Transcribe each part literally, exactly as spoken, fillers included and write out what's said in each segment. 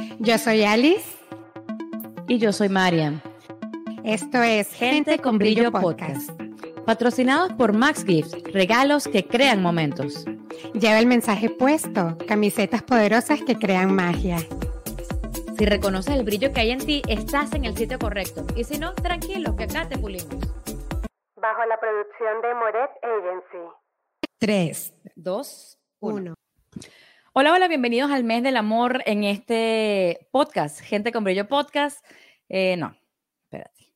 Yo soy Alice. Y yo soy Mariam. Esto es Gente, Gente con Brillo Podcast. Podcast. Patrocinados por Max Gifts, regalos que crean momentos. Lleva el mensaje puesto, camisetas poderosas que crean magia. Si reconoces el brillo que hay en ti, estás en el sitio correcto. Y si no, tranquilo, que acá te pulimos. Bajo la producción de Moret Agency. tres, dos, uno. Hola, hola, bienvenidos al mes del amor en este podcast, Gente con Brillo Podcast. Eh, no, espérate.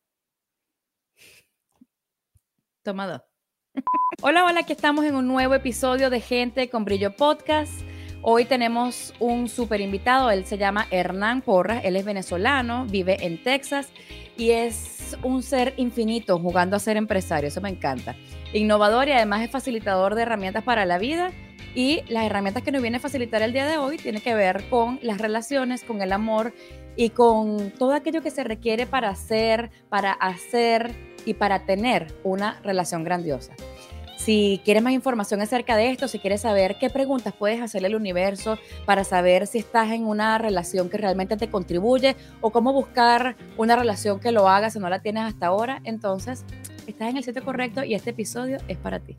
Toma dos. Hola, hola, aquí estamos en un nuevo episodio de Gente con Brillo Podcast. Hoy tenemos un súper invitado, él se llama Hernán Porras, él es venezolano, vive en Texas y es un ser infinito jugando a ser empresario, eso me encanta. Innovador y además es facilitador de herramientas para la vida. Y las herramientas que nos viene a facilitar el día de hoy tienen que ver con las relaciones, con el amor y con todo aquello que se requiere para hacer, para hacer y para tener una relación grandiosa. Si quieres más información acerca de esto, si quieres saber qué preguntas puedes hacerle al universo para saber si estás en una relación que realmente te contribuye o cómo buscar una relación que lo haga si no la tienes hasta ahora, entonces estás en el sitio correcto y este episodio es para ti.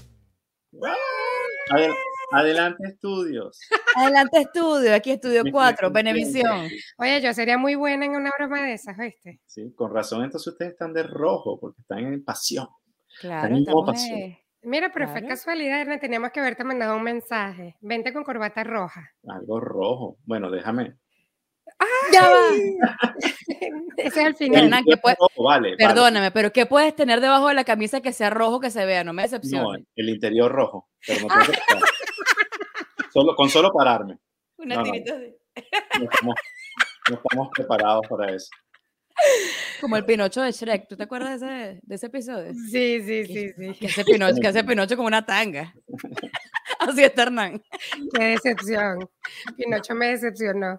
Adel- Adelante Estudios. Adelante Estudio, aquí Estudio cuatro, Venevisión. Oye, yo sería muy buena en una broma de esas, ¿viste? Sí, con razón, entonces ustedes están de rojo, porque están en pasión. Claro, están en estamos... pasión. Eh... Mira, pero claro. fue casualidad, Hernán, teníamos que haberte mandado un mensaje. Vente con corbata roja. Algo rojo. Bueno, déjame. ¡Ay! Ya va. Ese es el final. Hernán, ¿qué puede... rojo, vale, Perdóname, vale. pero ¿qué puedes tener debajo de la camisa que sea rojo, que se vea? No me No, decepciones. el interior rojo. Pero no tengo que estar. Solo, con solo pararme. Una No, no, tirita así. no estamos, no estamos preparados para eso. Como el Pinocho de Shrek. ¿Tú te acuerdas de ese, de ese episodio? Sí, sí, sí, sí. Que hace Pinocho, que hace Pinocho con una tanga. Así está Hernán. Qué decepción. Pinocho me decepcionó.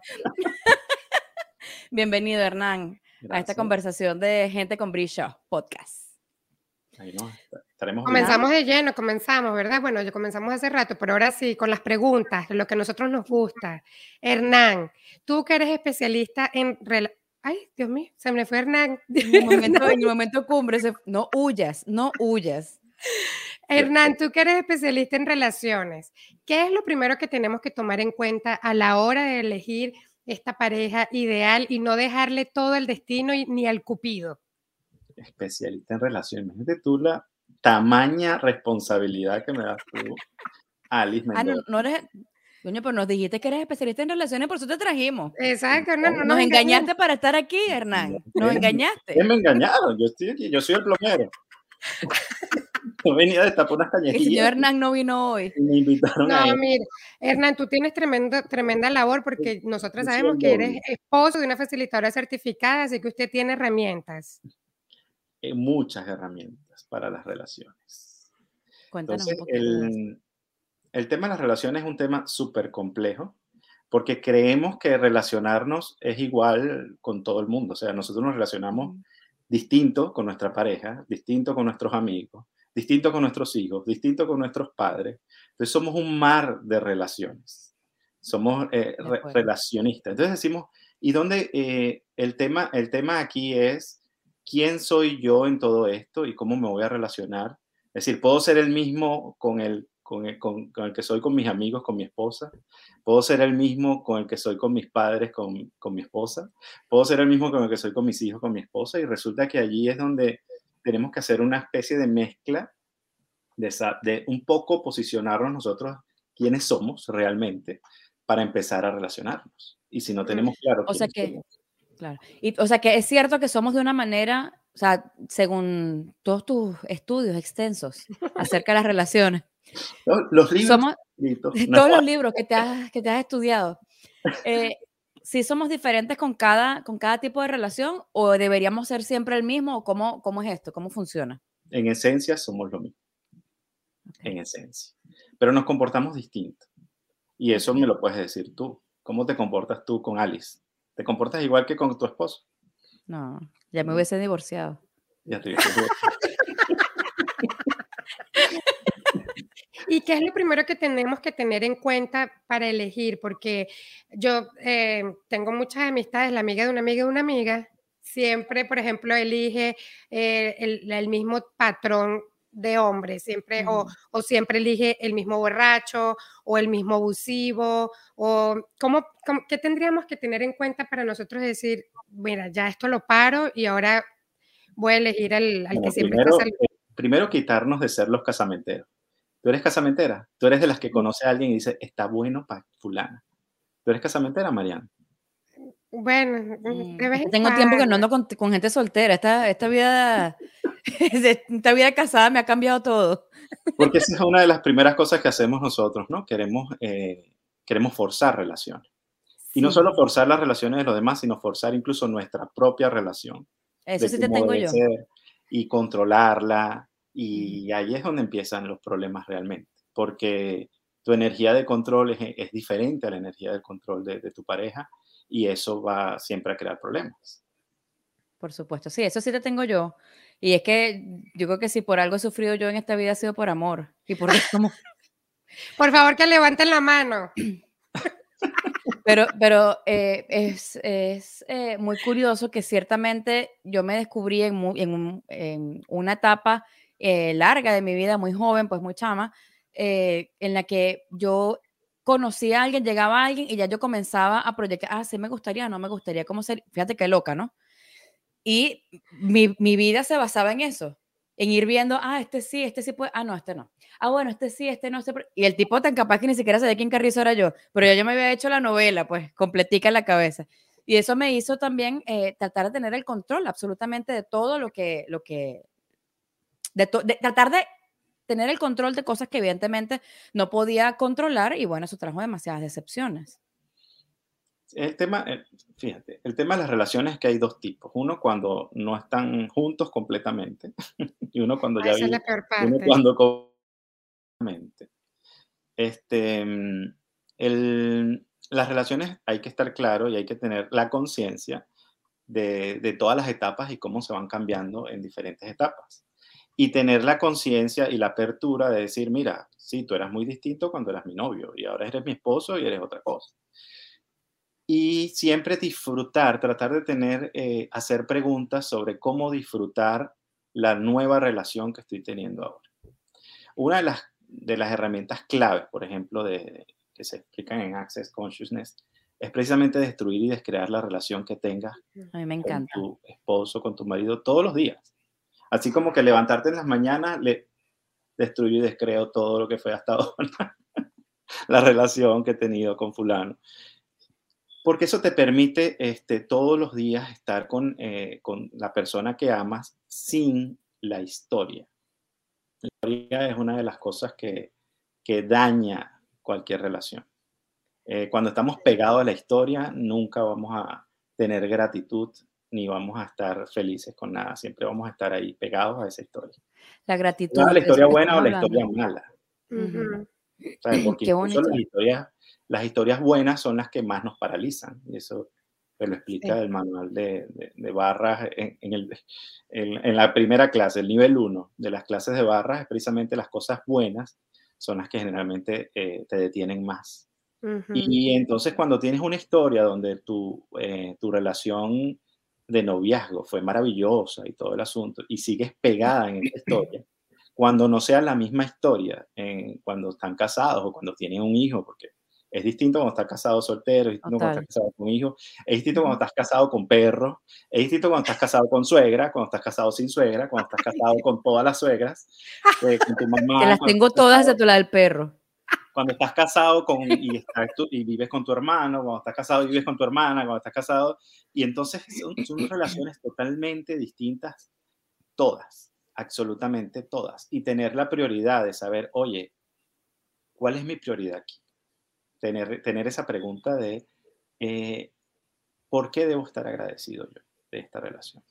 Bienvenido, Hernán, Gracias. a esta conversación de Gente con Brillo Podcast. Ahí no, estaremos Comenzamos de lleno, comenzamos, ¿verdad? Bueno, yo comenzamos hace rato, pero ahora sí, con las preguntas, lo que a nosotros nos gusta. Hernán, tú que eres especialista en... Rela- Ay, Dios mío, se me fue Hernán. En el momento, en el momento cumbre, se... no huyas, no huyas. Hernán, tú que eres especialista en relaciones, ¿qué es lo primero que tenemos que tomar en cuenta a la hora de elegir esta pareja ideal y no dejarle todo el destino y, ni al cupido? especialista en relaciones. Imagínate tú la tamaña responsabilidad que me das tú, Alice Ah, no, Mendoza. no eres... Coño, pero nos dijiste que eres especialista en relaciones, por eso te trajimos. Exacto, no, no, Nos nos engañaste para estar aquí, Hernán. Nos engañaste. Ustedes me engañaron. Yo estoy aquí, yo soy el plomero. Yo venía a destapar unas El cañerillas. señor Hernán no vino hoy. y Me invitaron a No, él. mira, Hernán, tú tienes tremenda, tremenda labor porque nosotros Yo soy sabemos el que doble. eres esposo de una facilitadora certificada, así que usted tiene herramientas. Eh, muchas herramientas para las relaciones. Cuéntanos Entonces, un poquito de eso. el, el tema de las relaciones es un tema súper complejo porque creemos que relacionarnos es igual con todo el mundo. O sea, nosotros nos relacionamos Mm. distinto con nuestra pareja, distinto con nuestros amigos, distinto con nuestros hijos, distinto con nuestros padres. Entonces somos un mar de relaciones. Somos eh, De re- acuerdo. relacionistas. Entonces decimos, ¿y dónde eh, el tema, el tema aquí es quién soy yo en todo esto y cómo me voy a relacionar? Es decir, puedo ser el mismo con el, con el, con, con el que soy con mis amigos, con mi esposa. Puedo ser el mismo con el que soy con mis padres, con, con mi esposa. Puedo ser el mismo con el que soy con mis hijos, con mi esposa. Y resulta que allí es donde tenemos que hacer una especie de mezcla, de, esa, de un poco posicionarnos nosotros quiénes somos realmente para empezar a relacionarnos. Y si no tenemos claro O sea quiénes que, somos, claro. Y, o sea que es cierto que somos de una manera, o sea, según todos tus estudios extensos acerca de las relaciones, ¿no? Los libros somos, escritos, de no, todos los libros que te has, que te has estudiado, eh, ¿sí somos diferentes con cada, con cada tipo de relación o deberíamos ser siempre el mismo? ¿O cómo, cómo es esto? ¿Cómo funciona? en esencia somos lo mismo, Okay. en esencia. Pero nos comportamos distinto. Y eso Ok. me lo puedes decir tú. ¿Cómo te comportas tú con Alice? ¿Te comportas igual que con tu esposo? No, ya me hubiese divorciado. Ya te dije. ¿Y qué es lo primero que tenemos que tener en cuenta para elegir? Porque yo eh, tengo muchas amistades, la amiga de una amiga de una amiga, siempre, por ejemplo, elige eh, el, el mismo patrón de hombre, siempre, o, Ujú. o siempre elige el mismo borracho, o el mismo abusivo, o ¿cómo, cómo- qué tendríamos que tener en cuenta para nosotros decir, mira, ya esto lo paro y ahora voy a elegir al, al que Bueno, siempre está primero, saliendo? eh, primero quitarnos de ser los casamenteros. ¿Tú eres casamentera? ¿Tú eres de las que conoce a alguien y dice, está bueno para fulana? ¿Tú eres casamentera, Mariana? Bueno, Mm, de vez es que en tengo tiempo que no cuando. ando con, con gente soltera. Esta, esta vida, esta vida casada me ha cambiado todo. Porque esa es una de las primeras cosas que hacemos nosotros, ¿no? Queremos, eh, queremos forzar relaciones. Y no Sí. solo forzar las relaciones de los demás, sino forzar incluso nuestra propia relación, Eso de sí te cómo tengo debe yo. ser y controlarla. Ujú. Y ahí es donde empiezan los problemas realmente, porque tu energía de control es, es diferente a la energía de control de, de tu pareja y eso va siempre a crear problemas. Por supuesto, sí, eso sí te tengo yo. Y es que yo creo que si por algo he sufrido yo en esta vida ha sido por amor y por desamor. Por favor, que levanten la mano. Pero, pero eh, es, es eh, muy curioso que ciertamente yo me descubrí en, mu- en un- en una etapa eh, larga de mi vida, muy joven, pues muy chama, eh, en la que yo conocía a alguien, llegaba a alguien y ya yo comenzaba a proyectar, ah, sí me gustaría, no me gustaría, ¿cómo ser? Fíjate qué loca, ¿no? Y mi, mi vida se basaba en eso, en ir viendo, ah, este sí, este sí puede, ah, no, este no. Ah, bueno, este sí, este no. Este... Y el tipo tan capaz que ni siquiera sabía quién Carrizo era yo, pero yo ya me había hecho la novela, pues, completica en la cabeza. Y eso me hizo también eh, tratar de tener el control absolutamente de todo lo que, lo que, de, to de tratar de tener el control de cosas que evidentemente no podía controlar y bueno, eso trajo demasiadas decepciones. El tema, eh, fíjate, el tema de las relaciones es que hay dos tipos. Uno cuando no están juntos completamente y uno cuando Ah, ya esa es vive, la peor uno parte. cuando completamente. Este, mm, el, las relaciones hay que estar claro y hay que tener la conciencia de, de todas las etapas y cómo se van cambiando en diferentes etapas. Y tener la conciencia y la apertura de decir, mira, sí, tú eras muy distinto cuando eras mi novio y ahora eres mi esposo y eres otra cosa. Y siempre disfrutar, tratar de tener, eh, hacer preguntas sobre cómo disfrutar la nueva relación que estoy teniendo ahora. Una de las, de las herramientas claves, por ejemplo, de, que se explican en Access Consciousness, es precisamente destruir y descrear la relación que tengas A mí me con encanta. tu esposo, con tu marido, todos los días. Así como que levantarte en las mañanas, le destruyo y descreo todo lo que fue hasta ahora, la relación que he tenido con fulano. Porque eso te permite este, todos los días estar con, eh, con la persona que amas sin la historia. La historia es una de las cosas que, que daña cualquier relación. Eh, cuando estamos pegados a la historia, nunca vamos a tener gratitud ni vamos a estar felices con nada. Siempre vamos a estar ahí pegados a esa historia. La Sea gratitud, la de eso historia que buena estás o la hablando. historia mala. Ujú. Ujú. ¿Sabes? Porque Qué incluso bonito. las historias, las historias buenas son las que más nos paralizan. Y eso te lo explica Sí. el manual de, de, de barras en, en, el, en, en, la primera clase, el nivel uno de las clases de barras, es precisamente las cosas buenas son las que generalmente eh, te detienen más. Ujú. Y entonces cuando tienes una historia donde tu, eh, tu relación de noviazgo fue maravillosa y todo el asunto, y sigues pegada en esa historia, cuando no sea la misma historia, eh, cuando están casados o cuando tienen un hijo, porque es distinto cuando estás casado soltero, es distinto cuando Total. estás casado con hijos, es distinto Ujú. cuando estás casado con perros, es distinto cuando estás casado con suegra, cuando estás casado sin suegra, cuando estás casado con todas las suegras, eh, con tu Que mamá, las cuando tengo estás todas casado excepto la del perro. cuando estás casado con, y, estás tú, y vives con tu hermano, cuando estás casado y vives con tu hermana, cuando estás casado, y entonces son, son relaciones totalmente distintas, todas, absolutamente todas, y tener la prioridad de saber, oye, ¿cuál es mi prioridad aquí? Tener, tener esa pregunta de, eh, ¿por qué debo estar agradecido yo de esta relación?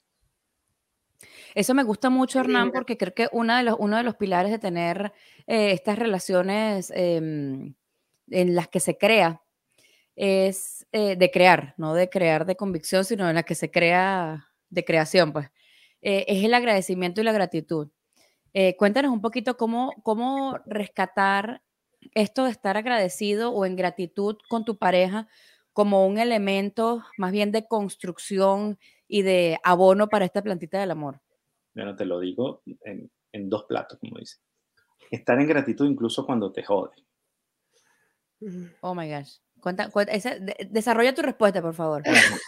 Eso me gusta mucho, Qué Hernán, lindo. porque creo que uno de los, uno de los pilares de tener eh, estas relaciones em, en las que se crea es eh, de crear, no de crear de convicción, sino en las que se crea de creación, pues, eh, es el agradecimiento y la gratitud. Eh, cuéntanos un poquito cómo, cómo rescatar esto de estar agradecido o en gratitud con tu pareja como un elemento más bien de construcción y de abono para esta plantita del amor. Bueno, te lo digo en, en dos platos, como dice. Estar en gratitud incluso cuando te jode. Oh my gosh. Cuenta, cuenta, esa, de, desarrolla tu respuesta, por favor.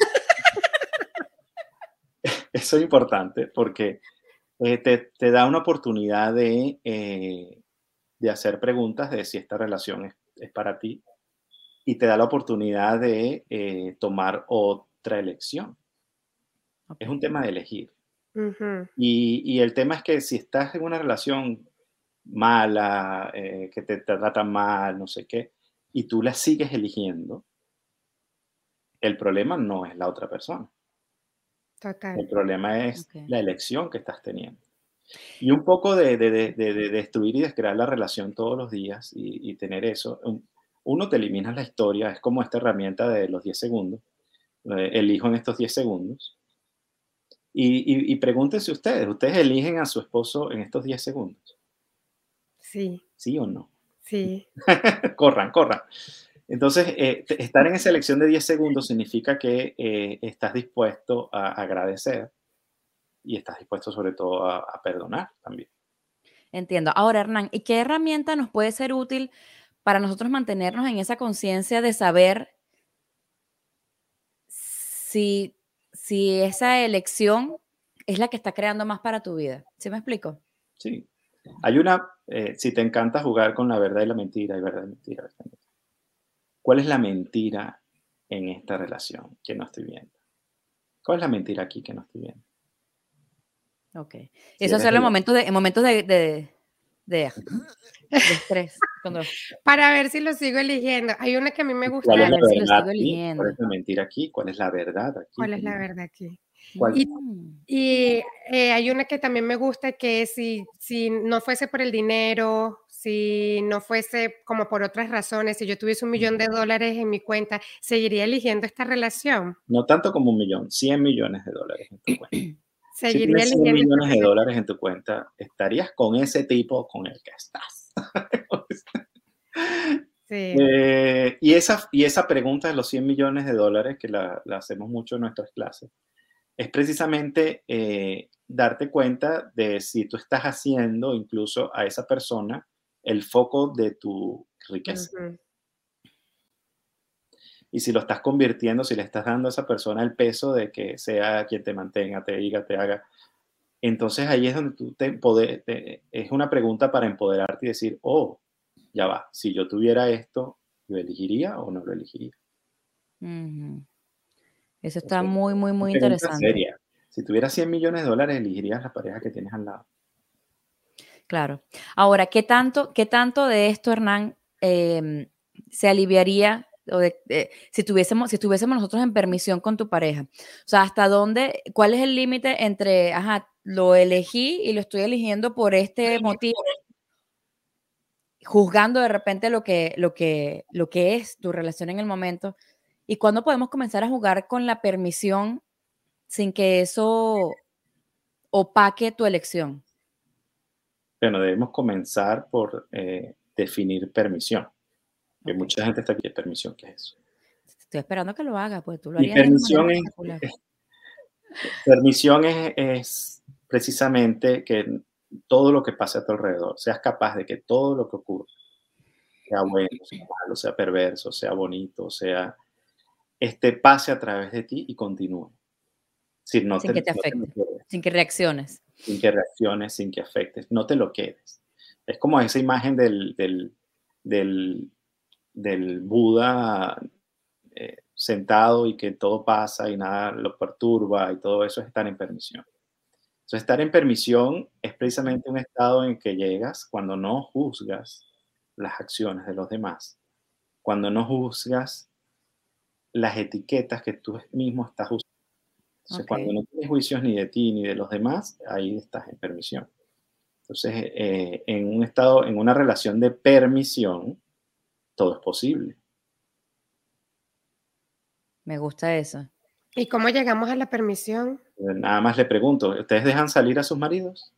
Eso es importante porque eh, te, te da una oportunidad de, eh, de hacer preguntas de si esta relación es, es para ti y te da la oportunidad de eh, tomar otra elección. Okay. Es un tema de elegir. Uh-huh. Y, y el tema es que si estás en una relación mala, eh, que te, te tratan mal, no sé qué, y tú la sigues eligiendo, el problema no es la otra persona. Total. El problema es Okay. la elección que estás teniendo. Y un poco de, de, de, de, de destruir y descrear la relación todos los días y, y tener eso. Un, uno, te eliminas la historia, es como esta herramienta de los diez segundos. Eh, elijo en estos diez segundos. Y, y, y pregúntense ustedes, ¿ustedes eligen a su esposo en estos diez segundos? Sí. ¿Sí o no? Sí. corran, corran. Entonces, eh, estar en esa elección de diez segundos significa que eh, estás dispuesto a agradecer y estás dispuesto sobre todo a, a perdonar también. Entiendo. Ahora, Hernán, ¿y qué herramienta nos puede ser útil para nosotros mantenernos en esa conciencia de saber si, si esa elección es la que está creando más para tu vida? ¿Sí me explico? Sí. Hay una, eh, si te encanta jugar con la verdad y la mentira, y verdad y mentira, verdad y mentira. ¿Cuál es la mentira en esta relación que no estoy viendo? ¿Cuál es la mentira aquí que no estoy viendo? Ok. Si Eso eres hacerlo en de- momentos de, en momentos de, de, de, de estrés. Cuando, Para ver si lo sigo eligiendo. Hay una que a mí me ¿Cuál gusta. es para la ver si lo verdad sigo aquí? ¿Cuál es eligiendo. la mentira aquí? ¿Cuál es la verdad aquí? ¿Cuál es la verdad aquí? ¿Cuál? Y, Mm, y eh, hay una que también me gusta que es si, si no fuese por el dinero, si no fuese como por otras razones, si yo tuviese un millón de dólares en mi cuenta, ¿seguiría eligiendo esta relación? No tanto como un millón, cien millones de dólares en tu cuenta. Si ¿Seguiría tienes cien eligiendo esta millones de relación? dólares en tu cuenta, ¿estarías con ese tipo con el que estás? Sí. Eh, y, esa, y esa pregunta de los cien millones de dólares, que la, la hacemos mucho en nuestras clases, es precisamente eh, darte cuenta de si tú estás haciendo incluso a esa persona el foco de tu riqueza. Ujú. Y si lo estás convirtiendo, si le estás dando a esa persona el peso de que sea quien te mantenga, te diga, te haga, entonces ahí es donde tú te, empoder, te es una pregunta para empoderarte y decir, oh, ya va, si yo tuviera esto, ¿lo elegiría o no lo elegiría? ujú. Eso está Entonces, muy, muy, una muy pregunta interesante. seria. Si tuvieras cien millones de dólares, ¿elegirías la pareja que tienes al lado? Claro. Ahora, ¿qué tanto, qué tanto de esto, Hernán, em, se aliviaría o de- de- si tuviésemos, si estuviésemos nosotros en permisión con tu pareja? O sea, ¿hasta dónde, cuál es el límite entre, ajá, lo elegí y lo estoy eligiendo por este motivo, juzgando de repente lo que, lo que, lo que es tu relación en el momento? ¿Y cuándo podemos comenzar a jugar con la permisión sin que eso opaque tu elección? Bueno, debemos comenzar por eh, definir permisión. Que Ok. mucha gente está aquí, ¿qué permisión? ¿Qué es eso? Estoy esperando que lo hagas, pues tú lo Y harías de una manera permisión es, espectacular. permisión es, es precisamente que todo lo que pase a tu alrededor, seas capaz de que todo lo que ocurra, sea bueno, sea malo, sea perverso, sea bonito, sea, este, pase a través de ti y continúe. Si no Sin te, que te no te lo afecte, quedes, sin que reacciones. sin que reacciones, sin que afectes, no te lo quedes. Es como esa imagen del, del, del, del Buda eh, sentado y que todo pasa y nada lo perturba y todo eso es estar en permisión. Entonces, estar en permisión es precisamente un estado en que llegas cuando no juzgas las acciones de los demás, cuando no juzgas las etiquetas que tú mismo estás usando. Entonces, cuando Okey, no tienes juicios ni de ti ni de los demás, ahí estás en permisión. Entonces, eh, en un estado, en una relación de permisión, todo es posible. me gusta eso. ¿Y cómo llegamos a la permisión? Nada más le pregunto, ¿ustedes dejan salir a sus maridos?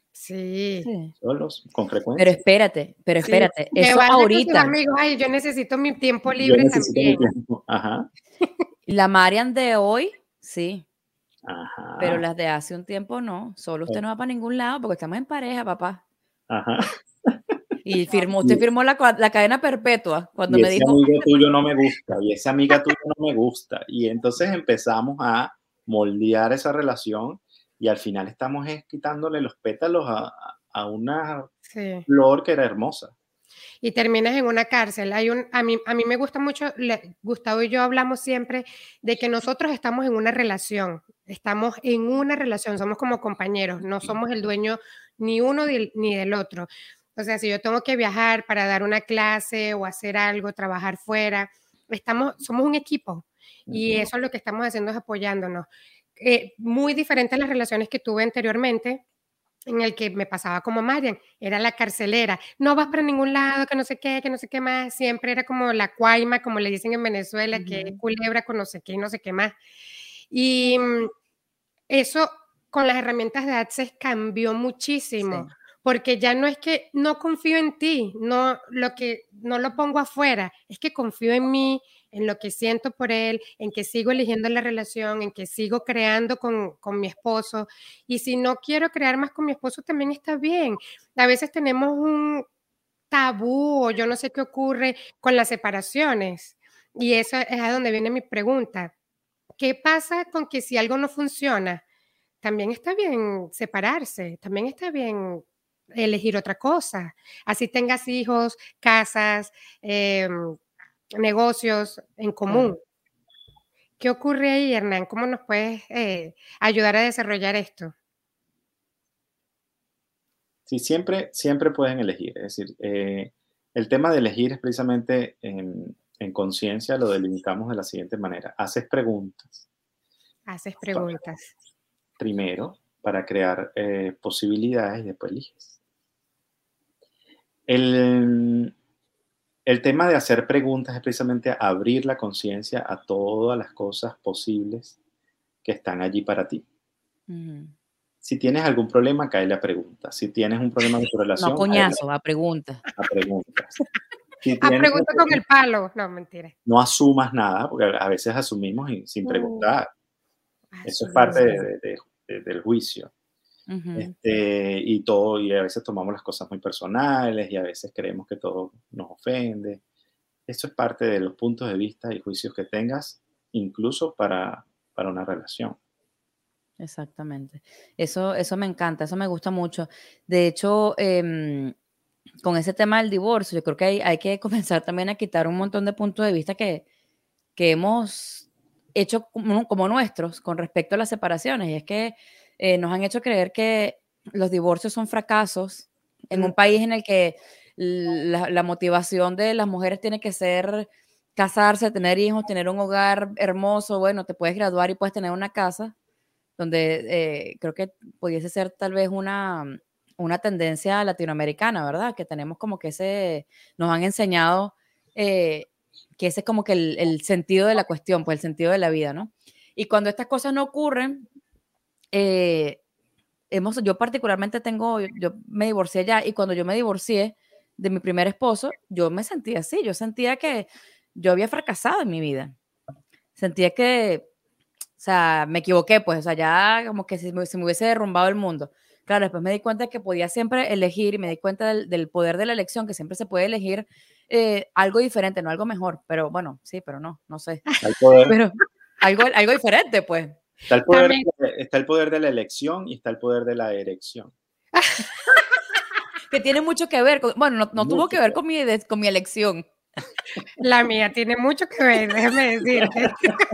Sí. Sí. solos, con Pero frecuencia. espérate, pero Sí, espérate, que eso vaya con sus ahorita, amigos, ay, yo necesito mi tiempo Yo libre necesito mi también. tiempo. Ajá, la Marian de hoy, sí, pero ajá, las de hace un tiempo no. Solo usted eh, no va para ningún lado porque estamos en pareja, papá. ajá. Y firmó, usted Y, firmó la, cua- la cadena perpetua cuando y me ese dijo, amigo tuyo no me gusta, y esa amiga tuya no me gusta. Y entonces empezamos a moldear esa relación y al final estamos es quitándole los pétalos a, a a una Sí. flor que era hermosa. Y terminas en una cárcel. Hay un, a, mí, a mí me gusta mucho, le- Gustavo y yo hablamos siempre de que nosotros estamos en una relación, estamos en una relación, somos como compañeros, no somos el dueño ni uno del- ni del otro. O sea, si yo tengo que viajar para dar una clase o hacer algo, trabajar fuera, estamos, somos un equipo y Ujú. eso es lo que estamos haciendo es apoyándonos. Eh, muy diferentes a las relaciones que tuve anteriormente, en el que me pasaba como Marian, era la carcelera, no vas para ningún lado, que no sé qué, que no sé qué más, siempre era como la cuaima, como le dicen en Venezuela, que es ujú, culebra con no sé qué y no sé qué más. Y mm, eso con las herramientas de Access cambió muchísimo, sí, porque ya no es que no confío en ti, no lo que no lo pongo afuera, es que confío en mí, en lo que siento por él, en que sigo eligiendo la relación, en que sigo creando con, con mi esposo. Y si no quiero crear más con mi esposo, también está bien. A veces tenemos un tabú o yo no sé qué ocurre con las separaciones. Y eso es a donde viene mi pregunta. ¿Qué pasa con que si algo no funciona? También está bien separarse, también está bien elegir otra cosa. Así tengas hijos, casas, em, negocios en claro. común. ¿Qué ocurre ahí, Hernán? ¿Cómo nos puedes eh, ayudar a desarrollar esto? Sí, siempre, siempre pueden elegir. Es decir, eh, el tema de elegir es precisamente en, en conciencia lo delimitamos de la siguiente manera. Haces preguntas Haces pa- preguntas. primero para crear eh, posibilidades y después eliges. El, el tema de hacer preguntas es precisamente abrir la conciencia a todas las cosas posibles que están allí para ti. Ujú. Si tienes algún problema, cae la pregunta. Si tienes un problema con tu No a relación, cae coñazo, a pregunta. la pregunta. Si Ah, tienes un pregunto con problema, el palo. No, mentira. no asumas nada, porque a veces asumimos y- sin Uh, preguntar. Eso es parte asumimos. de- de- de- del juicio. Ujú, Este, y todo, y a veces tomamos las cosas muy personales y a veces creemos que todo nos ofende. Eso es parte de los puntos de vista y juicios que tengas, incluso para, para una relación. exactamente. Eso, eso me encanta, eso me gusta mucho. De hecho, em, con ese tema del divorcio, yo creo que hay, hay que comenzar también a quitar un montón de puntos de vista que, que hemos hecho como, como nuestros con respecto a las separaciones. Y es que eh, nos han hecho creer que los divorcios son fracasos en Mm, un país en el que la, la motivación de las mujeres tiene que ser casarse, tener hijos, tener un hogar hermoso. Bueno, te puedes graduar y puedes tener una casa, donde eh, creo que pudiese ser tal vez una, una tendencia latinoamericana, ¿verdad? Que tenemos como que ese, nos han enseñado eh, que ese es como que el, el sentido de la cuestión, pues el sentido de la vida, ¿no? Y cuando estas cosas no ocurren, eh, hemos, yo particularmente tengo, yo, yo me divorcié ya y cuando yo me divorcié de mi primer esposo, yo me sentía así, yo sentía que yo había fracasado en mi vida, sentía que, o sea, me equivoqué, pues, o sea, ya como que se me, se me hubiese derrumbado el mundo. Claro, después me di cuenta que podía siempre elegir y me di cuenta del, del poder de la elección, que siempre se puede elegir eh, algo diferente, no algo mejor, pero bueno, sí, pero no, no sé, Está el poder, pero algo, algo diferente, pues. está el poder, también, está el poder de la elección y está el poder de la erección. Que tiene mucho que ver con, bueno, no, no tuvo Mucho que ver poder. con mi, de- con mi elección. la mía tiene mucho que ver, déjame decirte.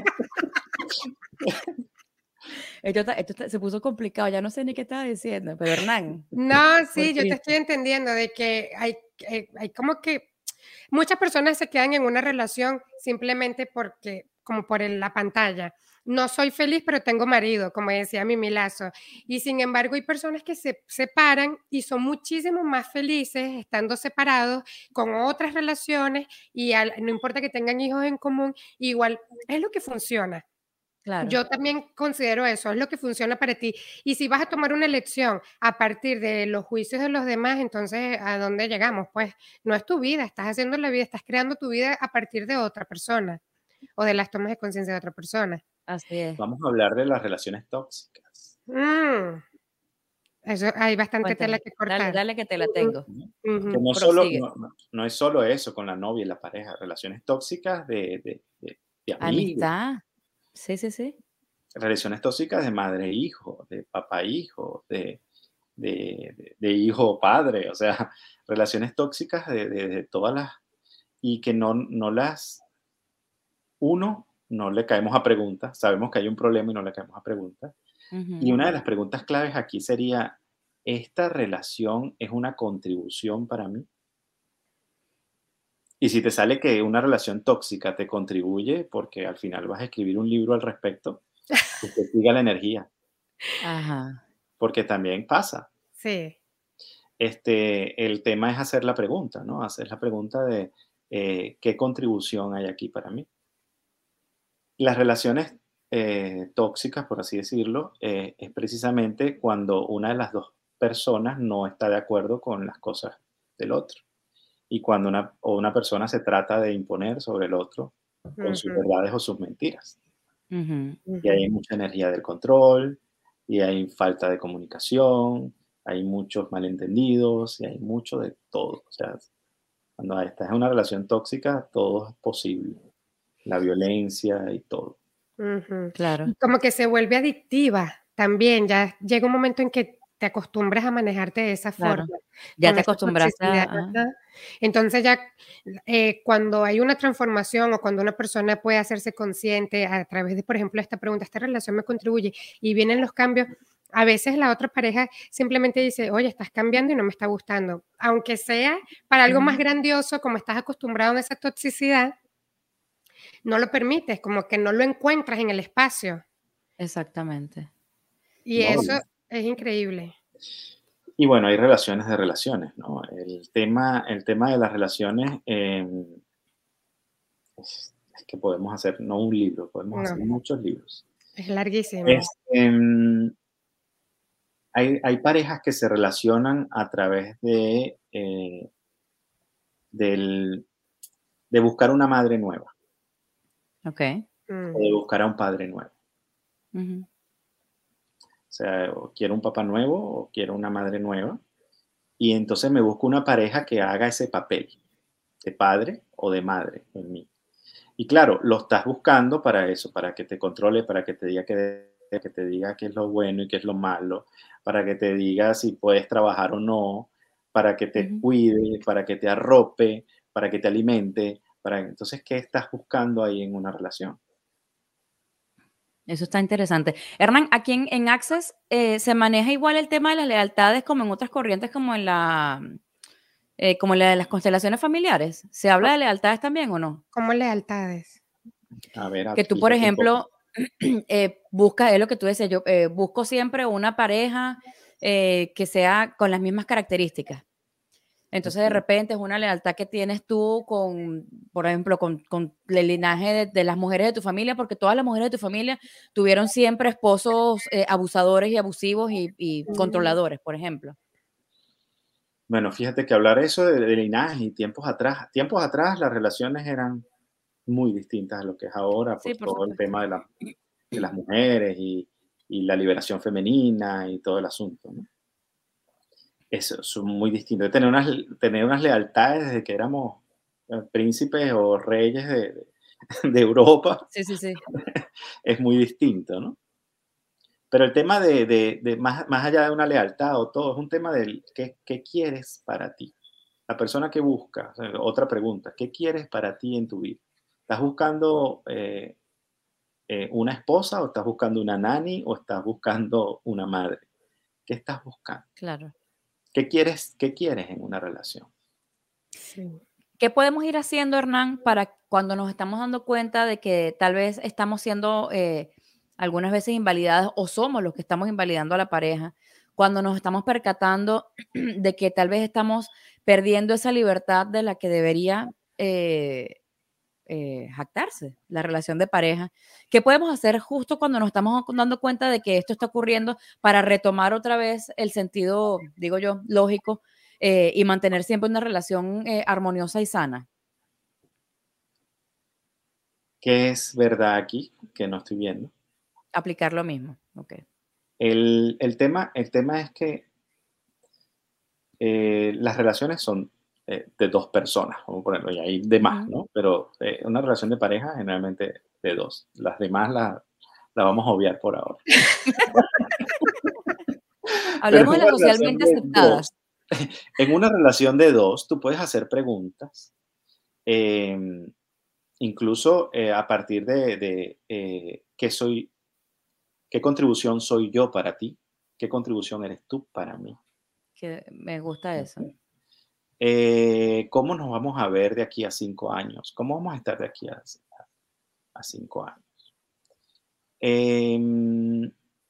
Esto, está- esto está- se puso complicado, ya no sé ni qué estaba diciendo, pero Hernán, No, por sí, yo te Cristo. estoy entendiendo de que hay, eh, hay como que muchas personas se quedan en una relación simplemente porque, como por el- la pantalla. No soy feliz, pero tengo marido, como decía Mimi Lazo. Y sin embargo, hay personas que se separan y son muchísimo más felices estando separados con otras relaciones y al- no importa que tengan hijos en común, igual es lo que funciona. Claro. Yo también considero eso, es lo que funciona para ti. Y si vas a tomar una elección a partir de los juicios de los demás, entonces, ¿a dónde llegamos? Pues no es tu vida, estás haciendo la vida, estás creando tu vida a partir de otra persona o de las tomas de conciencia de otra persona. Así es. Vamos a hablar de las relaciones tóxicas. Mm, eso, hay bastante Cuéntame. tela que cortar. Dale, dale que te la Ujú, tengo. ¿no? ujú. Que no, solo, Prosigue. no, no- no es solo eso con la novia y la pareja, relaciones tóxicas de, de, de- de amigos, Amistad. Sí, sí, sí. relaciones tóxicas de madre e hijo, de papá e hijo, de, de, de- de hijo padre, o sea, relaciones tóxicas de, de- de todas las, y que no, no las, uno, no le caemos a preguntas, sabemos que hay un problema y no le caemos a preguntas. Y Ujú. una de las preguntas claves aquí sería, ¿esta relación es una contribución para mí? Y si te sale que una relación tóxica te contribuye, porque al final vas a escribir un libro al respecto, pues que siga la energía, Ajá. porque también pasa. Sí. Este, el tema es hacer la pregunta, ¿no? Hacer la pregunta de eh, qué contribución hay aquí para mí. Las relaciones eh, tóxicas, por así decirlo, eh, es precisamente cuando una de las dos personas no está de acuerdo con las cosas del otro. Y cuando una, o una persona se trata de imponer sobre el otro con sus Ujú, verdades o sus mentiras. Ujú. Y ahí ujú. hay mucha energía del control, y hay falta de comunicación, hay muchos malentendidos, y hay mucho de todo. O sea, cuando estás en una relación tóxica, todo es posible. La violencia y todo. Ujú. Claro. Y como que se vuelve adictiva también, ya llega un momento en que te acostumbras a manejarte de esa Claro. forma, Ya con te esa acostumbraste a toxicidad, ajá. ajá. Entonces ya, eh, cuando hay una transformación o cuando una persona puede hacerse consciente a través de, por ejemplo, esta pregunta, ¿esta relación me contribuye? Y vienen los cambios, a veces la otra pareja simplemente dice: "Oye, estás cambiando y no me está gustando", aunque sea para algo más Ujú. grandioso, como estás acostumbrado a esa toxicidad, no lo permites, como que no lo encuentras en el espacio. Exactamente. Y ¿No? eso es increíble. Y bueno, hay relaciones de relaciones, ¿no? El tema, el tema de las relaciones, eh, es, es que podemos hacer, no un libro, podemos No, hacer muchos libros. es larguísimo. Este, mm, hay, hay parejas que se relacionan a través de, eh, del- de buscar una madre nueva Okey. o de Ujú, buscar a un padre nuevo. Ujú. O sea, o quiero un papá nuevo o quiero una madre nueva. Y entonces me busco una pareja que haga ese papel de padre o de madre en mí. Y claro, lo estás buscando para eso, para que te controle, para que te diga que, que te diga qué es lo bueno y qué es lo malo, para que te diga si puedes trabajar o no, para que te Ujú. cuide, para que te arrope, para que te alimente, para entonces, ¿qué estás buscando ahí en una relación? Eso está interesante. Hernán, aquí en en Access, eh, ¿se maneja igual el tema de las lealtades como en otras corrientes, como en la, eh, como en la de las constelaciones familiares? ¿Se co habla de lealtades también o no? como lealtades. A ver, Que tú, por explícate un poco. ejemplo, eh, buscas, es lo que tú decías, yo eh, busco siempre una pareja eh, que sea con las mismas características. Entonces, de Ok. repente, es una lealtad que tienes tú con, por ejemplo, con, con el linaje de, de las mujeres de tu familia, porque todas las mujeres de tu familia tuvieron siempre esposos eh, abusadores y abusivos y, y Mm, controladores, por ejemplo. Bueno, fíjate que hablar eso de, de linaje y tiempos atrás, tiempos atrás las relaciones eran muy distintas a lo que es ahora Sí, por por todo el supuesto. tema de, la- de las mujeres y, y la liberación femenina y todo el asunto, ¿no? Eso es muy distinto. Tener unas, tener unas lealtades desde que éramos eh, príncipes o reyes de, de- de Europa Sí, sí, sí. es muy distinto, ¿no? Pero el tema de, de- de más, más allá de una lealtad o todo, es un tema del qué, qué quieres para ti. La persona que busca, o sea, otra pregunta, ¿qué quieres para ti en tu vida? ¿Estás buscando eh, eh, una esposa o estás buscando una nani o estás buscando una madre? ¿Qué estás buscando? Claro. ¿Qué quieres, qué quieres en una relación? sí. ¿Qué podemos ir haciendo, Hernán, para cuando nos estamos dando cuenta de que tal vez estamos siendo eh, algunas veces invalidadas o somos los que estamos invalidando a la pareja? Cuando nos estamos percatando de que tal vez estamos perdiendo esa libertad de la que debería, eh, eh, jactarse, la relación de pareja. ¿Qué podemos hacer justo cuando nos estamos dando cuenta de que esto está ocurriendo para retomar otra vez el sentido, digo yo, lógico eh, y mantener siempre una relación eh, armoniosa y sana? ¿Qué es verdad aquí que no estoy viendo? Aplicar lo mismo, ok. El, el tema, el tema es que eh, las relaciones son eh, de dos personas, vamos a ponerlo, y hay de más, Ujú. ¿no? Pero eh, una relación de pareja generalmente de dos. Las demás las la vamos a obviar por ahora. Pero Hablemos en de las una relación socialmente de aceptadas. dos, en una relación de dos, tú puedes hacer preguntas, eh, incluso eh, a partir de, de eh, qué soy, qué contribución soy yo para ti, qué contribución eres tú para mí. Que me gusta eso. ¿Ok? Eh, ¿Cómo nos vamos a ver de aquí a cinco años? ¿Cómo vamos a estar de aquí a, a cinco años? Eh,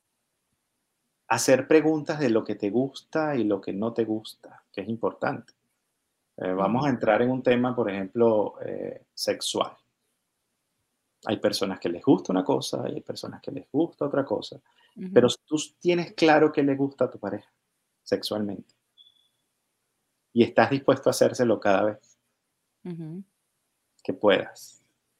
hacer preguntas de lo que te gusta y lo que no te gusta, que es importante. Eh, vamos Ujú. a entrar en un tema, por ejemplo, eh, sexual. Hay personas que les gusta una cosa y hay personas que les gusta otra cosa, pero Ujú. tú tienes claro qué le gusta a tu pareja sexualmente y estás dispuesto a hacérselo cada vez Ujú. que puedas.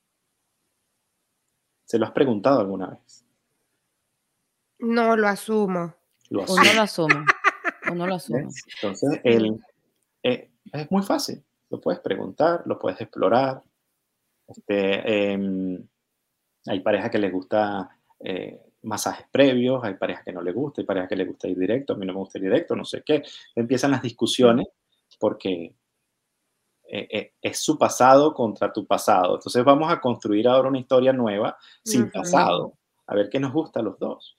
¿Se lo has preguntado alguna vez? No lo asumo. Lo Uno lo asumes, asume, uno lo asume. ¿ves? Entonces, Sí. el, eh, es muy fácil. Lo puedes preguntar, lo puedes explorar. Este, em, hay parejas que les gusta eh, masajes previos, hay parejas que no les gusta, hay parejas que les gusta ir directo, a mí no me gusta ir directo, no sé qué. Empiezan las discusiones porque eh, eh, es su pasado contra tu pasado. Entonces vamos a construir ahora una historia nueva sin Ujú. pasado, a ver qué nos gusta a los dos.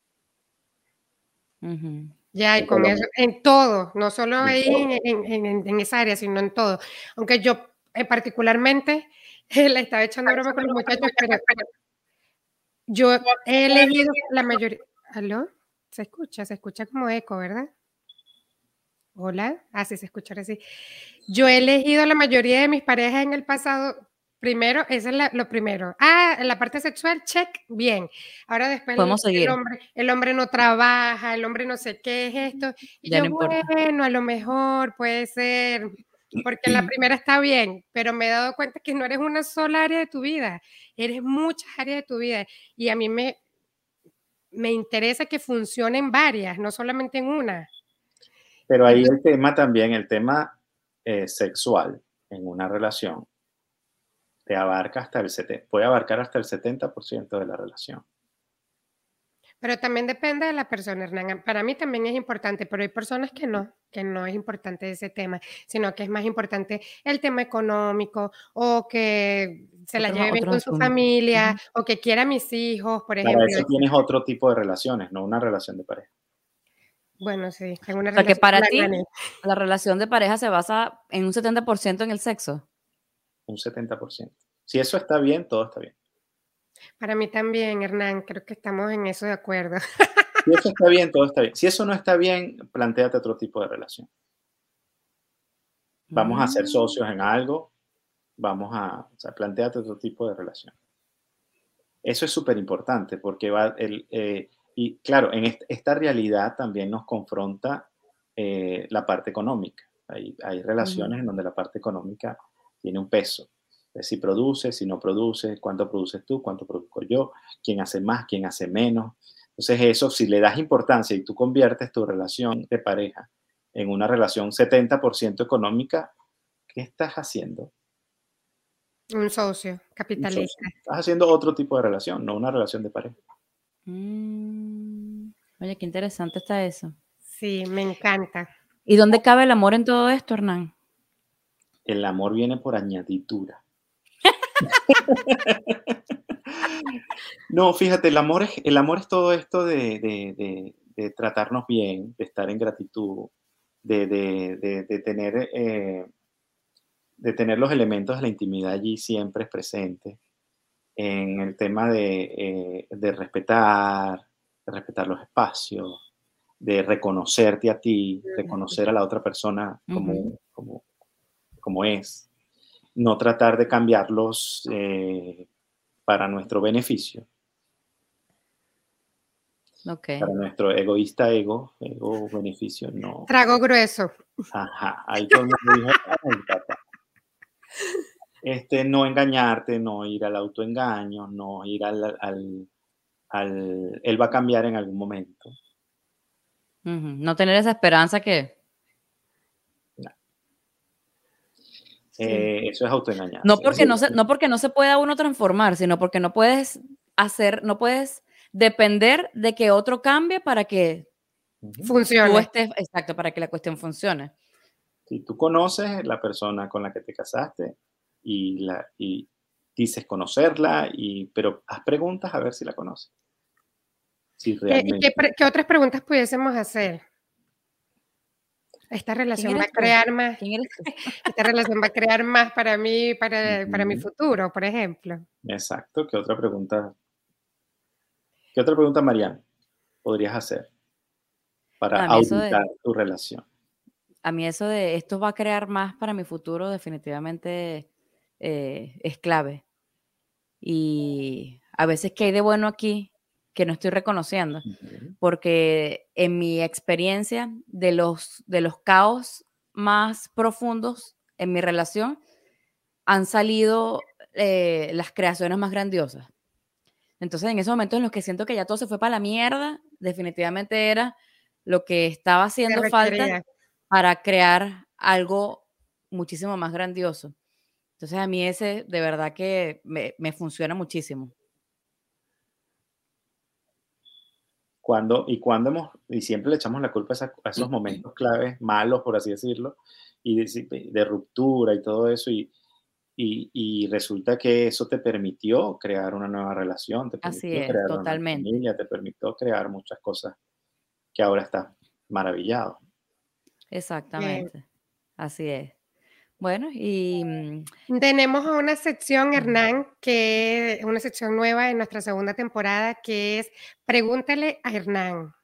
Ujú. Ya, y O por con lo eso, menos en todo, no solo en ahí todo. en, en- en- en esa área, sino en todo. Aunque yo eh, particularmente le estaba echando broma con los muchachos, pero yo he elegido la mayoría. ¿Aló? ¿Se escucha? Se escucha como eco, ¿verdad? Hola. Ah, sí, se escucha ahora sí. Yo he elegido la mayoría de mis parejas en el pasado. Primero, eso es la- lo primero. Ah, en la parte sexual, check, bien. Ahora después el, Podemos el seguir, hombre, el hombre no trabaja, el hombre no sé qué es esto. Y ya yo, no importa. bueno, a lo mejor puede ser, porque la primera está bien, pero me he dado cuenta que no eres una sola área de tu vida, eres muchas áreas de tu vida. Y a mí me, me interesa que funcionen varias, no solamente en una. Pero ahí Entonces, el tema también, el tema eh, sexual en una relación, te abarca hasta el setenta, puede abarcar hasta el setenta por ciento de la relación. pero también depende de la persona, Hernán. Para mí también es importante, pero hay personas que no, que no es importante ese tema, sino que es más importante el tema económico o que se la Otros, lleve bien otros con su asuntos. familia Ujú. o que quiera a mis hijos, por Para ejemplo. eso tienes otro tipo de relaciones, no una relación de pareja, Bueno, sí, tengo una O sea, que relación con para la ti nani. la relación de pareja se basa en un setenta por ciento en el sexo. un setenta por ciento. Si eso está bien, todo está bien. Para mí también, Hernán, creo que estamos en eso de acuerdo. Si eso está bien, todo está bien. Si eso no está bien, plantéate otro tipo de relación. Vamos a ser Mm. socios en algo, vamos a, o sea, plantéate otro tipo de relación. Eso es súper importante porque va el, eh, y claro, en est- esta realidad también nos confronta eh, la parte económica. Hay, hay Ujú. relaciones en donde la parte económica tiene un peso. De si produces, si no produces, cuánto produces tú, cuánto produzco yo, quién hace más, quién hace menos. Entonces eso, si le das importancia y tú conviertes tu relación de pareja en una relación setenta por ciento económica, ¿qué estás haciendo? Un socio Un socio. capitalista. Estás haciendo otro tipo de relación, no una relación de pareja. Mm. Oye, qué interesante está eso. Sí, me encanta. ¿Y dónde cabe el amor en todo esto, Hernán? El amor viene por añadidura. No, fíjate, el amor es, el amor es todo esto de, de- de- de tratarnos bien, de estar en gratitud, de, de- de- de tener, eh, de tener los elementos de la intimidad allí siempre presentes, en el tema de, eh, de respetar, de respetar los espacios, de reconocerte a ti, reconocer a la otra persona Ujú. como, como, como es. no tratar de cambiarlos eh, para nuestro beneficio, Ok. para nuestro egoísta ego, ego beneficio, no. Trago grueso. Ajá, ahí todo el mundo dijo, "Ay, papá". Este, no engañarte, no ir al autoengaño, no ir al, al, al- él va a cambiar en algún momento. Ujú. No tener esa esperanza que... No, Sí. eh, eso es No autoengañarse. porque no, Eso- se, no porque no se pueda uno transformar, sino porque no puedes hacer, no puedes depender de que otro cambie para que Ujú. tú Funciona. estés, exacto, para que la cuestión funcione. Si tú conoces la persona con la que te casaste y, la, y dices conocerla, y, pero haz preguntas a ver si la conoces. Si ¿Qué, y qué, realmente. pre- qué otras preguntas pudiésemos hacer? Esta ¿Quién relación va a eres tú? crear más, ¿Quién eres tú? esta relación va a crear más para mí, para, para mi Ujú. futuro, por ejemplo. Exacto. ¿Qué otra pregunta? ¿Qué otra pregunta, Mariana, podrías hacer para No, a mí eso auditar de, tu relación? a mí eso de esto va a crear más para mi futuro definitivamente eh, es clave. Y a veces, ¿qué hay de bueno aquí que no estoy reconociendo? Ujú. Porque en mi experiencia de los, de los caos más profundos en mi relación han salido eh, las creaciones más grandiosas. Entonces, en esos momentos en los que siento que ya todo se fue para la mierda, definitivamente era lo que estaba Se haciendo falta requería. para crear algo muchísimo más grandioso. Entonces, a mí ese de verdad que me, me funciona muchísimo. Cuando, y cuando hemos, y siempre le echamos la culpa a, esa- a esos momentos claves, malos, por así decirlo, y de, de ruptura y todo eso, y, y, y resulta que eso te permitió crear una nueva relación, te Así permitió es, crear una nueva totalmente. familia, te permitió crear muchas cosas que ahora estás maravillado. Eh, Exactamente. Así es. Bueno, y mm, tenemos una sección, ujú. Hernán, que es una sección nueva en nuestra segunda temporada, que es Pregúntale a Hernán.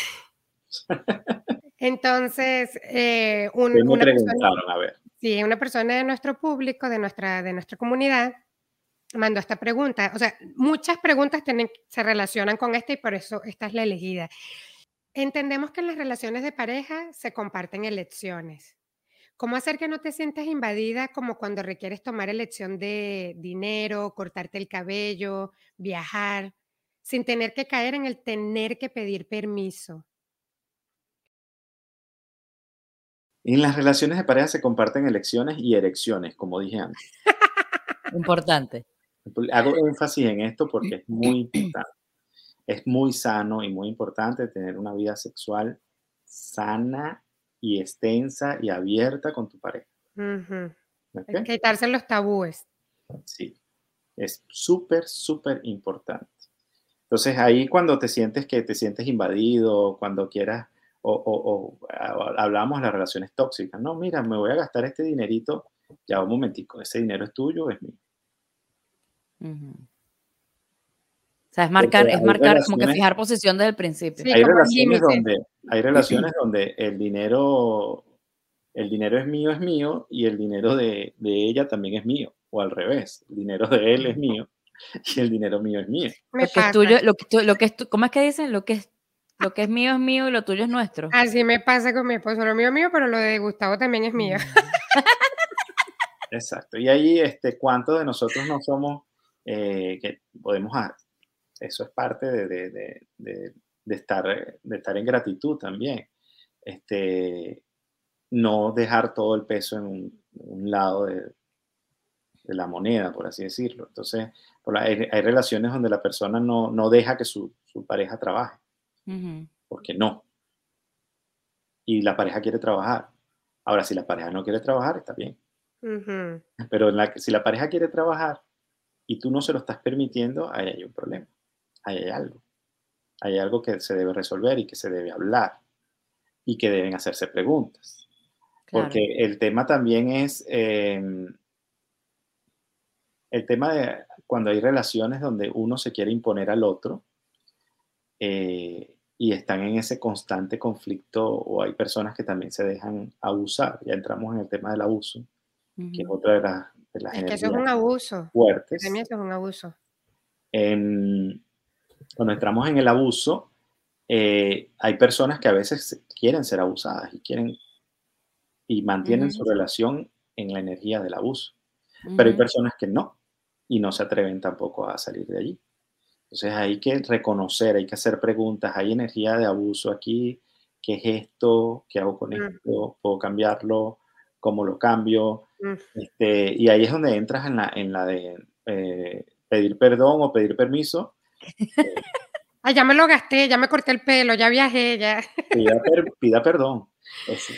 Entonces, eh, ¿Qué un- me una persona, preguntaron? A ver. sí, una persona de nuestro público, de nuestra, de nuestra comunidad, mandó esta pregunta. O sea, muchas preguntas tienen, se relacionan con esta y por eso esta es la elegida. Entendemos que en las relaciones de pareja se comparten elecciones. ¿Cómo hacer que no te sientas invadida como cuando requieres tomar elección de dinero, cortarte el cabello, viajar, sin tener que caer en el tener que pedir permiso? En las relaciones de pareja se comparten elecciones y erecciones, como dije antes. Importante. Hago énfasis en esto porque es muy importante. Es muy sano y muy importante tener una vida sexual sana y extensa y abierta con tu pareja. Ujú. ¿Ok? Quitarse los tabúes. Sí, es súper, súper importante. Entonces ahí cuando te sientes que te sientes invadido, cuando quieras, o, o- o, a- hablamos de las relaciones tóxicas, no, mira, me voy a gastar este dinerito, ya un momentico, ese dinero es tuyo, o es mío. Ujú. O sea, es Porque marcar, es hay marcar, como que relaciones, fijar posición desde el principio. Sí, hay como el relaciones límite. donde, hay relaciones donde el dinero, el dinero es mío, es mío, y el dinero de, de ella también es mío, o al revés, el dinero de él es mío y el dinero mío es mío. Me Lo que es pasa. tuyo, lo que, tú- lo que es tu- ¿cómo es que dicen? Lo que es, lo que es mío es mío y lo tuyo es nuestro. Así me pasa con mi esposo. Lo mío es mío, pero lo de Gustavo también es mío. Mm. Exacto. Y ahí, este, ¿cuántos de nosotros no somos, eh, que podemos, a- eso es parte de, de- de- de- de estar, eh, de estar en gratitud también. Este, no dejar todo el peso en un, un lado de, de la moneda, por así decirlo. Entonces, por la- hay, hay relaciones donde la persona no, no deja que su, su pareja trabaje, Ujú. porque no. Y la pareja quiere trabajar. Ahora, si la pareja no quiere trabajar, está bien. Ujú. Pero en la, que- si la pareja quiere trabajar y tú no se lo estás permitiendo, ahí hay un problema. Ahí hay algo. Hay algo que se debe resolver y que se debe hablar y que deben hacerse preguntas. Claro. Porque el tema también es, eh, el tema de cuando hay relaciones donde uno se quiere imponer al otro, eh, y están en ese constante conflicto, o hay personas que también se dejan abusar. Ya entramos en el tema del abuso, que es Ujú. otra de las, de las Es que eso es energías un abuso. fuertes. Para mí eso es un abuso. En, cuando entramos en el abuso, eh, hay personas que a veces quieren ser abusadas y quieren y mantienen su Ujú, relación en la energía del abuso. Pero hay ujú. personas que no, y no se atreven tampoco a salir de allí. Entonces hay que reconocer, hay que hacer preguntas, hay energía de abuso aquí, ¿qué es esto? ¿Qué hago con Mm, esto? ¿Puedo cambiarlo? ¿Cómo lo cambio? mm. Este, y ahí es donde entras en la, en la de eh, pedir perdón o pedir permiso. eh, Ah, ya me lo gasté, ya me corté el pelo, ya viajé, ya. pida, per- pida perdón. Es,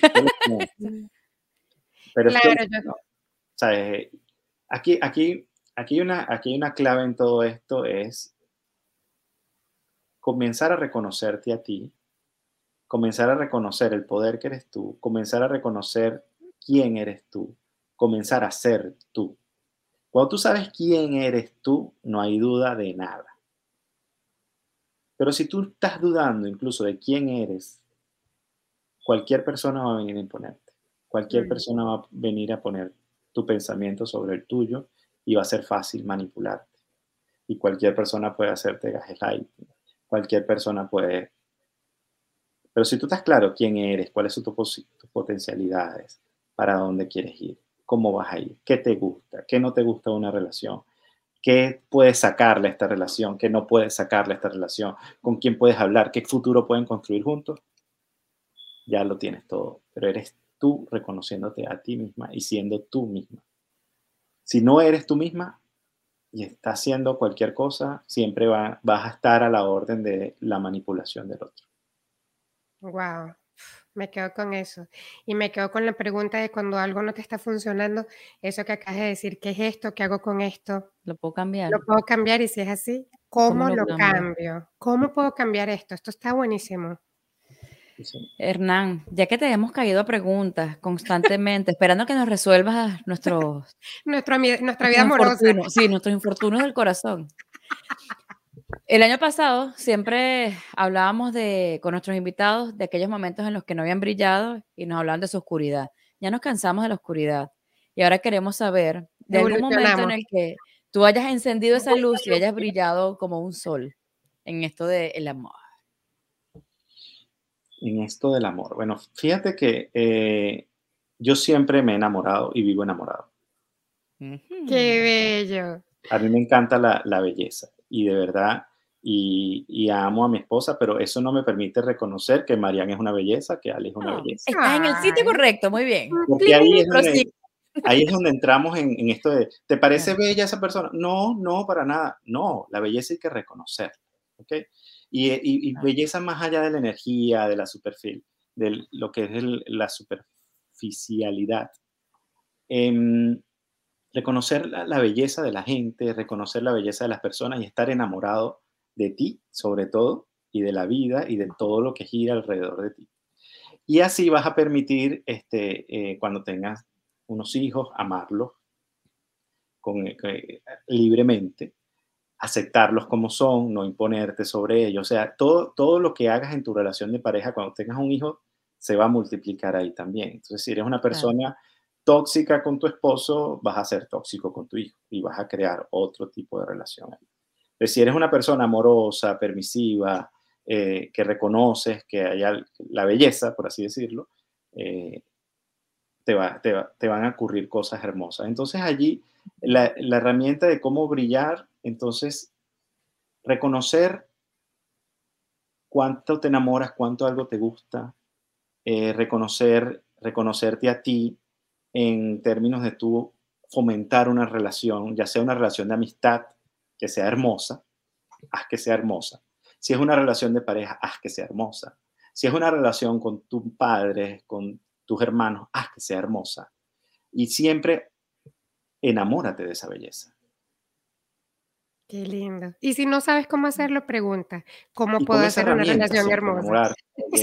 pero es Claro, yo solución. O sea, eh, aquí, aquí, aquí, hay una, aquí hay una clave en todo esto, es comenzar a reconocerte a ti, comenzar a reconocer el poder que eres tú, comenzar a reconocer quién eres tú, comenzar a ser tú. Cuando tú sabes quién eres tú, no hay duda de nada. Pero si tú estás dudando incluso de quién eres, cualquier persona va a venir a imponerte. Cualquier mm, persona va a venir a poner tu pensamiento sobre el tuyo y va a ser fácil manipularte. Y cualquier persona puede hacerte gaslight. Cualquier persona puede. Pero si tú estás claro quién eres, cuáles son tus, posi- tus potencialidades, para dónde quieres ir, cómo vas a ir, qué te gusta, qué no te gusta de una relación, qué puedes sacarle a esta relación, qué no puedes sacarle a esta relación, con quién puedes hablar, qué futuro pueden construir juntos, ya lo tienes todo. Pero eres tú reconociéndote a ti misma y siendo tú misma. Si no eres tú misma y estás haciendo cualquier cosa, siempre va- vas a estar a la orden de la manipulación del otro. wow, me quedo con eso. Y me quedo con la pregunta de cuando algo no te está funcionando, eso que acabas de decir, ¿qué es esto? ¿Qué hago con esto? ¿Lo puedo cambiar? ¿Lo puedo cambiar? Y si es así, ¿Cómo ¿cómo lo lo cambio? cambio? ¿Cómo puedo cambiar esto? Esto está buenísimo. Sí. Hernán, ya que te hemos caído a preguntas constantemente, esperando que nos resuelvas nuestros, Nuestro ami- nuestra vida nuestros amorosa. infortunios, sí, nuestros infortunios del corazón. El año pasado siempre hablábamos de, con nuestros invitados de aquellos momentos en los que no habían brillado y nos hablaban de su oscuridad. Ya nos cansamos de la oscuridad y ahora queremos saber de algún momento en Evolucionamos. el que tú hayas encendido esa luz y hayas brillado como un sol en esto del amor. En esto del amor. Bueno, fíjate que eh, yo siempre me he enamorado y vivo enamorado. Qué Ujú. bello. A mí me encanta la, la belleza y de verdad, y, y amo a mi esposa, pero eso no me permite reconocer que Marianne es una belleza, que Ali es una No, belleza. estás en el sitio Ay, correcto, muy bien. Porque ahí Plin, es donde, prosigue. ahí es donde entramos en, en esto de, ¿te parece Ajá, bella esa persona? No, no, para nada. No, la belleza hay que reconocerla. ¿Ok? Y, y- y ajá. belleza más allá de la energía, de la superficie, de lo que es el- la superficialidad. Em, reconocer la, la belleza de la gente, reconocer la belleza de las personas y estar enamorado de ti, sobre todo, y de la vida y de todo lo que gira alrededor de ti. Y así vas a permitir, este, eh, cuando tengas unos hijos, amarlos con, eh, que- libremente, aceptarlos como son, no imponerte sobre ellos. O sea, todo, todo lo que hagas en tu relación de pareja, cuando tengas un hijo, se va a multiplicar ahí también. Entonces, si eres una Claro. persona tóxica con tu esposo, vas a ser tóxico con tu hijo y vas a crear otro tipo de relación ahí. Pero si eres una persona amorosa, permisiva, eh, que reconoces que hay al- la belleza, por así decirlo, eh, te, va- te va- te van a ocurrir cosas hermosas. Entonces allí la, la herramienta de cómo brillar, entonces reconocer cuánto te enamoras, cuánto algo te gusta, eh, reconocer, reconocerte a ti en términos de tú fomentar una relación, ya sea una relación de amistad que sea hermosa, haz que sea hermosa. Si es una relación de pareja, haz que sea hermosa. Si es una relación con tus padres, con tus hermanos, haz que sea hermosa. Y siempre enamórate de esa belleza. Qué lindo. Y si no sabes cómo hacerlo, pregunta, ¿cómo Y puedo con esa hacer una herramienta relación siempre hermosa? enamorarte.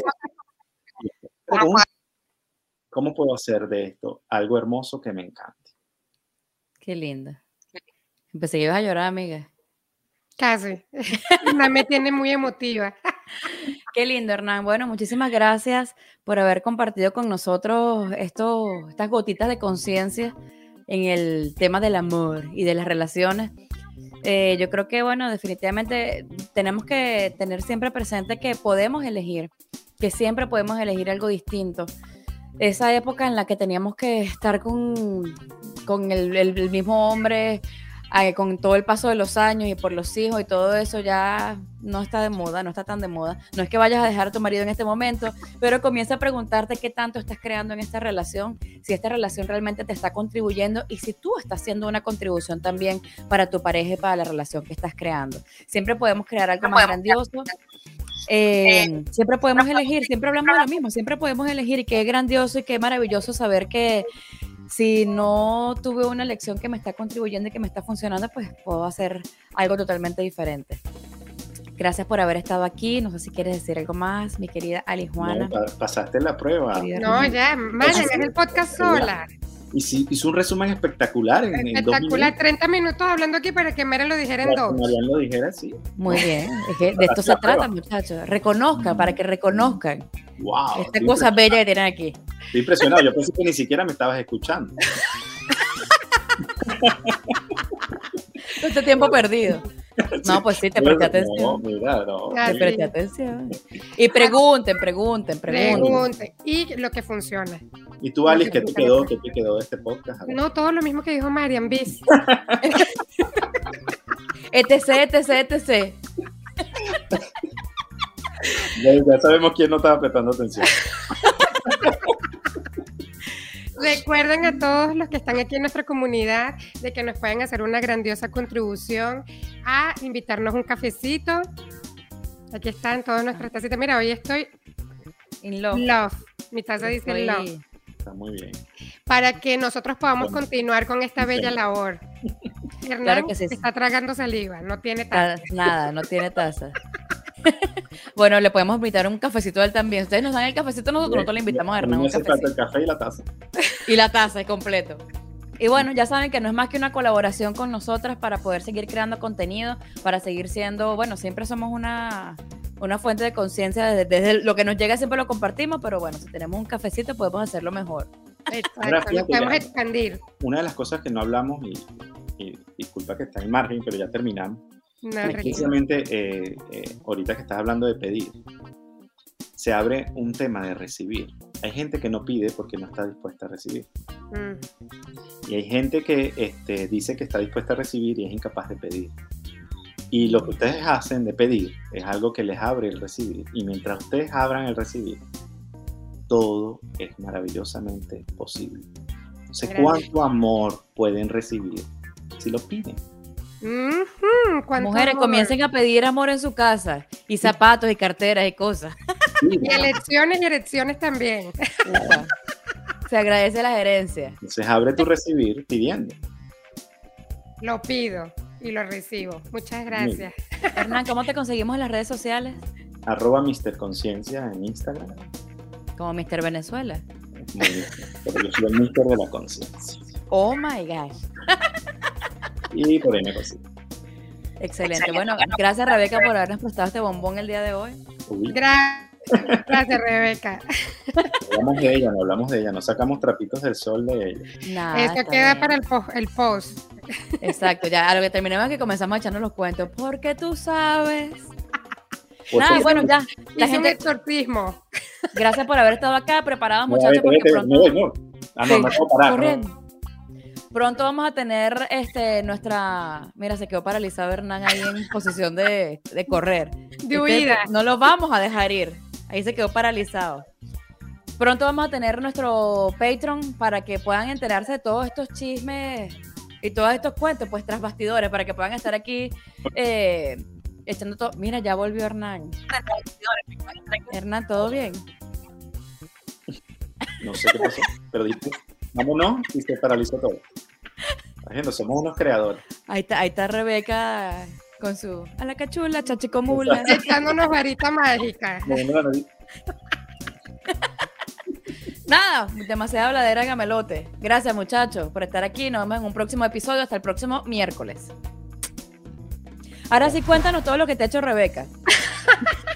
Pregunta, ¿cómo puedo hacer de esto algo hermoso que me encante? Qué linda. Empecé que ibas a llorar, amiga. Casi. Hernán me tiene muy emotiva. Qué lindo, Hernán. Bueno, muchísimas gracias por haber compartido con nosotros esto, estas gotitas de conciencia en el tema del amor y de las relaciones, eh, yo creo que, bueno, definitivamente tenemos que tener siempre presente que podemos elegir, que siempre podemos elegir algo distinto. Esa época en la que teníamos que estar con, con el, el, el mismo hombre, eh, con todo el paso de los años y por los hijos y todo eso, ya no está de moda, no está tan de moda. No es que vayas a dejar a tu marido en este momento, pero comienza a preguntarte qué tanto estás creando en esta relación, si esta relación realmente te está contribuyendo y si tú estás haciendo una contribución también para tu pareja y para la relación que estás creando. Siempre podemos crear algo más grandioso. Eh, siempre podemos elegir, siempre hablamos de lo mismo, siempre podemos elegir, y qué grandioso y qué maravilloso saber que si no tuve una elección que me está contribuyendo y que me está funcionando, pues puedo hacer algo totalmente diferente. Gracias por haber estado aquí. No sé si quieres decir algo más, mi querida Ali Juana. No, pasaste la prueba. No, ya, Marian, es el podcast sola. Y sí, hizo un resumen espectacular. En, espectacular, en treinta minutos hablando aquí para que Marian lo dijera en dos. Marian lo dijera, sí. Muy bien, es que de esto se trata, muchachos. Reconozcan, para que reconozcan wow, esta cosa bella que tienen aquí. Estoy impresionado, yo pensé que ni siquiera me estabas escuchando. Este tiempo perdido. No, pues sí, te presté atención. No, mira, no. Te presté atención. Y pregunten, pregunten, pregunten. Pregunten. Y lo que funciona. ¿Y tú, Alice, qué te quedó, qué te quedó de este podcast? No, todo lo mismo que dijo Marian, bis. etc, etc, etc. Ya, ya sabemos quién no estaba prestando atención. Recuerden a todos los que están aquí en nuestra comunidad de que nos pueden hacer una grandiosa contribución a invitarnos un cafecito. Aquí están todas nuestras tacitas. Mira, hoy estoy in love. love. Mi taza dice estoy... love. Está muy bien. Para que nosotros podamos bueno, continuar con esta bella labor. Hernán claro que sí. Está tragando saliva, no tiene taza. Nada, no tiene taza. Bueno, le podemos invitar un cafecito a él también. Ustedes nos dan el cafecito, nosotros, nosotros le invitamos a Hernán un cafecito. El café y la taza. Y la taza, es completo. Y bueno, ya saben que no es más que una colaboración con nosotras para poder seguir creando contenido, para seguir siendo, bueno, siempre somos una, una fuente de conciencia, desde, desde lo que nos llega siempre lo compartimos, pero bueno, si tenemos un cafecito podemos hacerlo mejor. Exacto, lo podemos expandir. Una de las cosas que no hablamos, y, y disculpa que está en margen, pero ya terminamos, no, es precisamente eh, eh, ahorita que estás hablando de pedir, se abre un tema de recibir. Hay gente que no pide porque no está dispuesta a recibir. Mm. Y hay gente que este, dice que está dispuesta a recibir y es incapaz de pedir. Y lo que ustedes hacen de pedir es algo que les abre el recibir. Y mientras ustedes abran el recibir, todo es maravillosamente posible. Entonces, ¿cuánto amor pueden recibir si lo piden? Uh-huh. Mujeres, amor? Comiencen a pedir amor en su casa, y zapatos y carteras y cosas. Sí, y elecciones y elecciones también. Se agradece la gerencia. Entonces abre tu recibir pidiendo. Lo pido y lo recibo. Muchas gracias. Bien. Hernán, ¿cómo te conseguimos en las redes sociales? Arroba mister Conciencia en Instagram. Como mister Venezuela. Muy bien, pero yo soy el mister de la conciencia. Oh my gosh. Y por ahí me consigo. Excelente. Excelente. Bueno, gracias Rebeca por habernos prestado este bombón el día de hoy. Gracias, gracias Rebeca. Hablamos de ella, no hablamos de ella, no sacamos trapitos del sol de ella. Nah, eso queda bien para el, po- el post. Exacto, ya a lo que terminemos es que comenzamos a echarnos los cuentos, porque tú sabes. Pues Nada, bueno, ya. La Hice gente... un exorcismo. Gracias por haber estado acá, preparados muchachos, porque vete, pronto... No, no. Ah, no, sí, no puedo parar. Corriendo. ¿No? Pronto vamos a tener este, nuestra... Mira, se quedó paralizado Hernán ahí en posición de, de correr. De huida. Este, no lo vamos a dejar ir. Ahí se quedó paralizado. Pronto vamos a tener nuestro Patreon para que puedan enterarse de todos estos chismes y todos estos cuentos, pues, tras bastidores, para que puedan estar aquí eh, echando todo. Mira, ya volvió Hernán. Hernán, ¿todo bien? No sé qué pasó, pero diste, vámonos y se paralizó todo. Imagínate, somos unos creadores. Ahí está, ahí está Rebeca con su a la cachula, chachicomula. Echándonos varita mágica. Nada, demasiada habladera gamelote. Gracias muchachos por estar aquí. Nos vemos en un próximo episodio. Hasta el próximo miércoles. Ahora sí, cuéntanos todo lo que te ha hecho Rebeca.